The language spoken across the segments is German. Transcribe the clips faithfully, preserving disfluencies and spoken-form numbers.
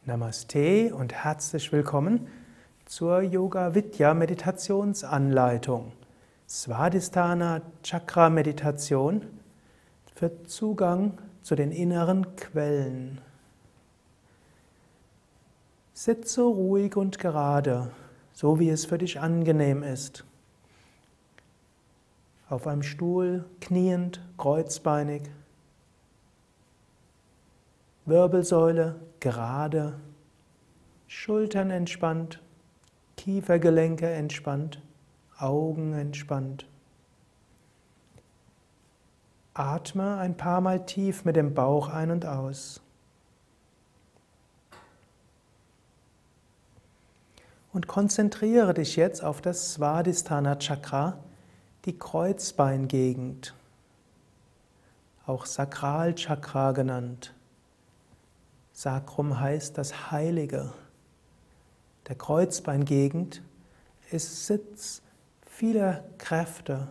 Namaste und herzlich willkommen zur Yoga Vidya Meditationsanleitung. Svadhisthana Chakra Meditation für Zugang zu den inneren Quellen. Sitze ruhig und gerade, so wie es für dich angenehm ist. Auf einem Stuhl, kniend, kreuzbeinig. Wirbelsäule gerade, Schultern entspannt, Kiefergelenke entspannt, Augen entspannt. Atme ein paar Mal tief mit dem Bauch ein und aus. Und konzentriere dich jetzt auf das Svadhisthana Chakra, die Kreuzbeingegend, auch Sakralchakra genannt. Sacrum heißt das Heilige. Der Kreuzbeingegend ist Sitz vieler Kräfte.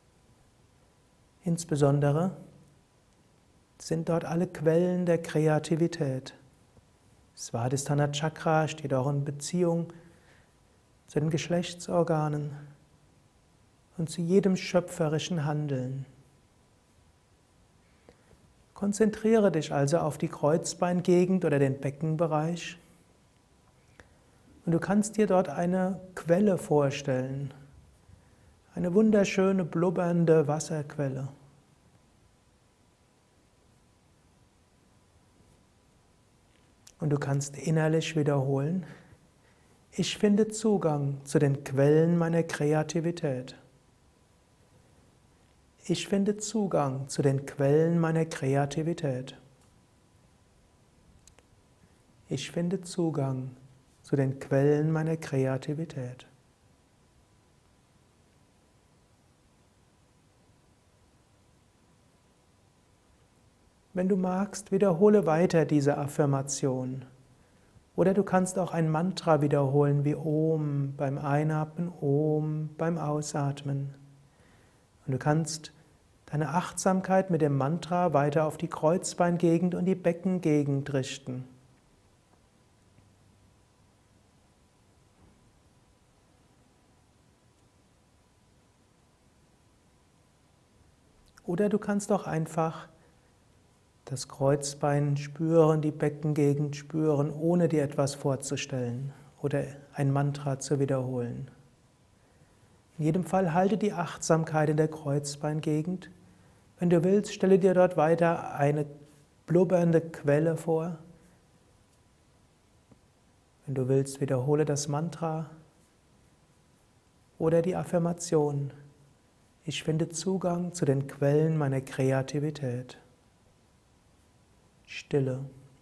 Insbesondere sind dort alle Quellen der Kreativität. Svadhisthana Chakra steht auch in Beziehung zu den Geschlechtsorganen und zu jedem schöpferischen Handeln. Konzentriere dich also auf die Kreuzbeingegend oder den Beckenbereich und du kannst dir dort eine Quelle vorstellen, eine wunderschöne blubbernde Wasserquelle. Und du kannst innerlich wiederholen: Ich finde Zugang zu den Quellen meiner Kreativität. Ich finde Zugang zu den Quellen meiner Kreativität. Ich finde Zugang zu den Quellen meiner Kreativität. Wenn du magst, wiederhole weiter diese Affirmation. Oder du kannst auch ein Mantra wiederholen wie Om beim Einatmen, Om beim Ausatmen. Und du kannst deine Achtsamkeit mit dem Mantra weiter auf die Kreuzbeingegend und die Beckengegend richten. Oder du kannst auch einfach das Kreuzbein spüren, die Beckengegend spüren, ohne dir etwas vorzustellen oder ein Mantra zu wiederholen. In jedem Fall halte die Achtsamkeit in der Kreuzbeingegend. Wenn du willst, stelle dir dort weiter eine blubbernde Quelle vor. Wenn du willst, wiederhole das Mantra oder die Affirmation: Ich finde Zugang zu den Quellen meiner Kreativität. Stille.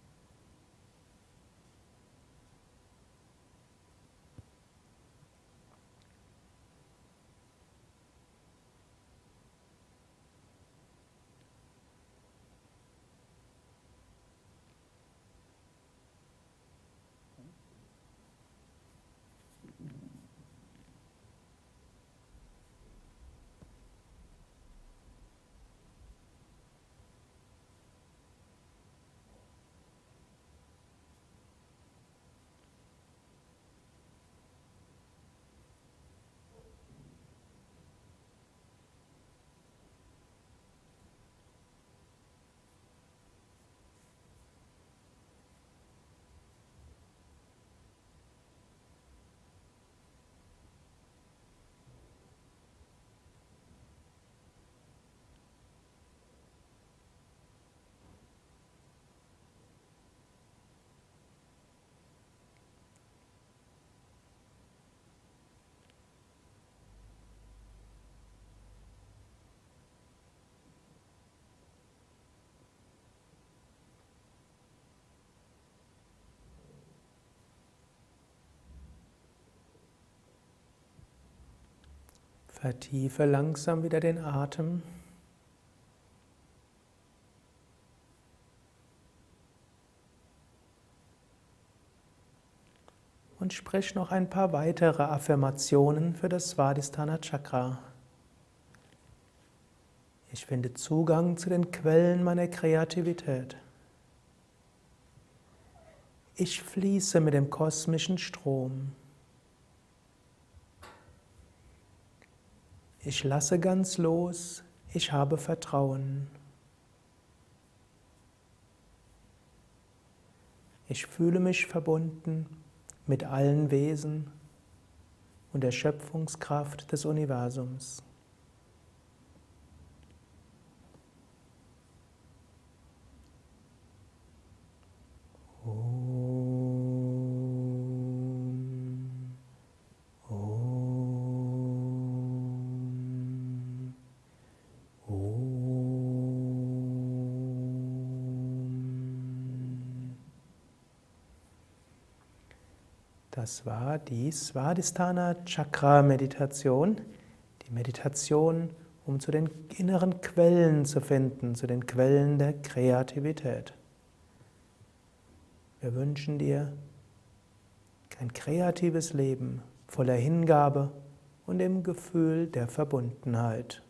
Vertiefe langsam wieder den Atem. Und sprich noch ein paar weitere Affirmationen für das Svadhisthana Chakra. Ich finde Zugang zu den Quellen meiner Kreativität. Ich fließe mit dem kosmischen Strom. Ich lasse ganz los. Ich habe Vertrauen. Ich fühle mich verbunden mit allen Wesen und der Schöpfungskraft des Universums. Om. Om. Om. Das war die Svadhisthana Chakra Meditation, die Meditation, um zu den inneren Quellen zu finden, zu den Quellen der Kreativität. Wir wünschen dir ein kreatives Leben voller Hingabe und im Gefühl der Verbundenheit.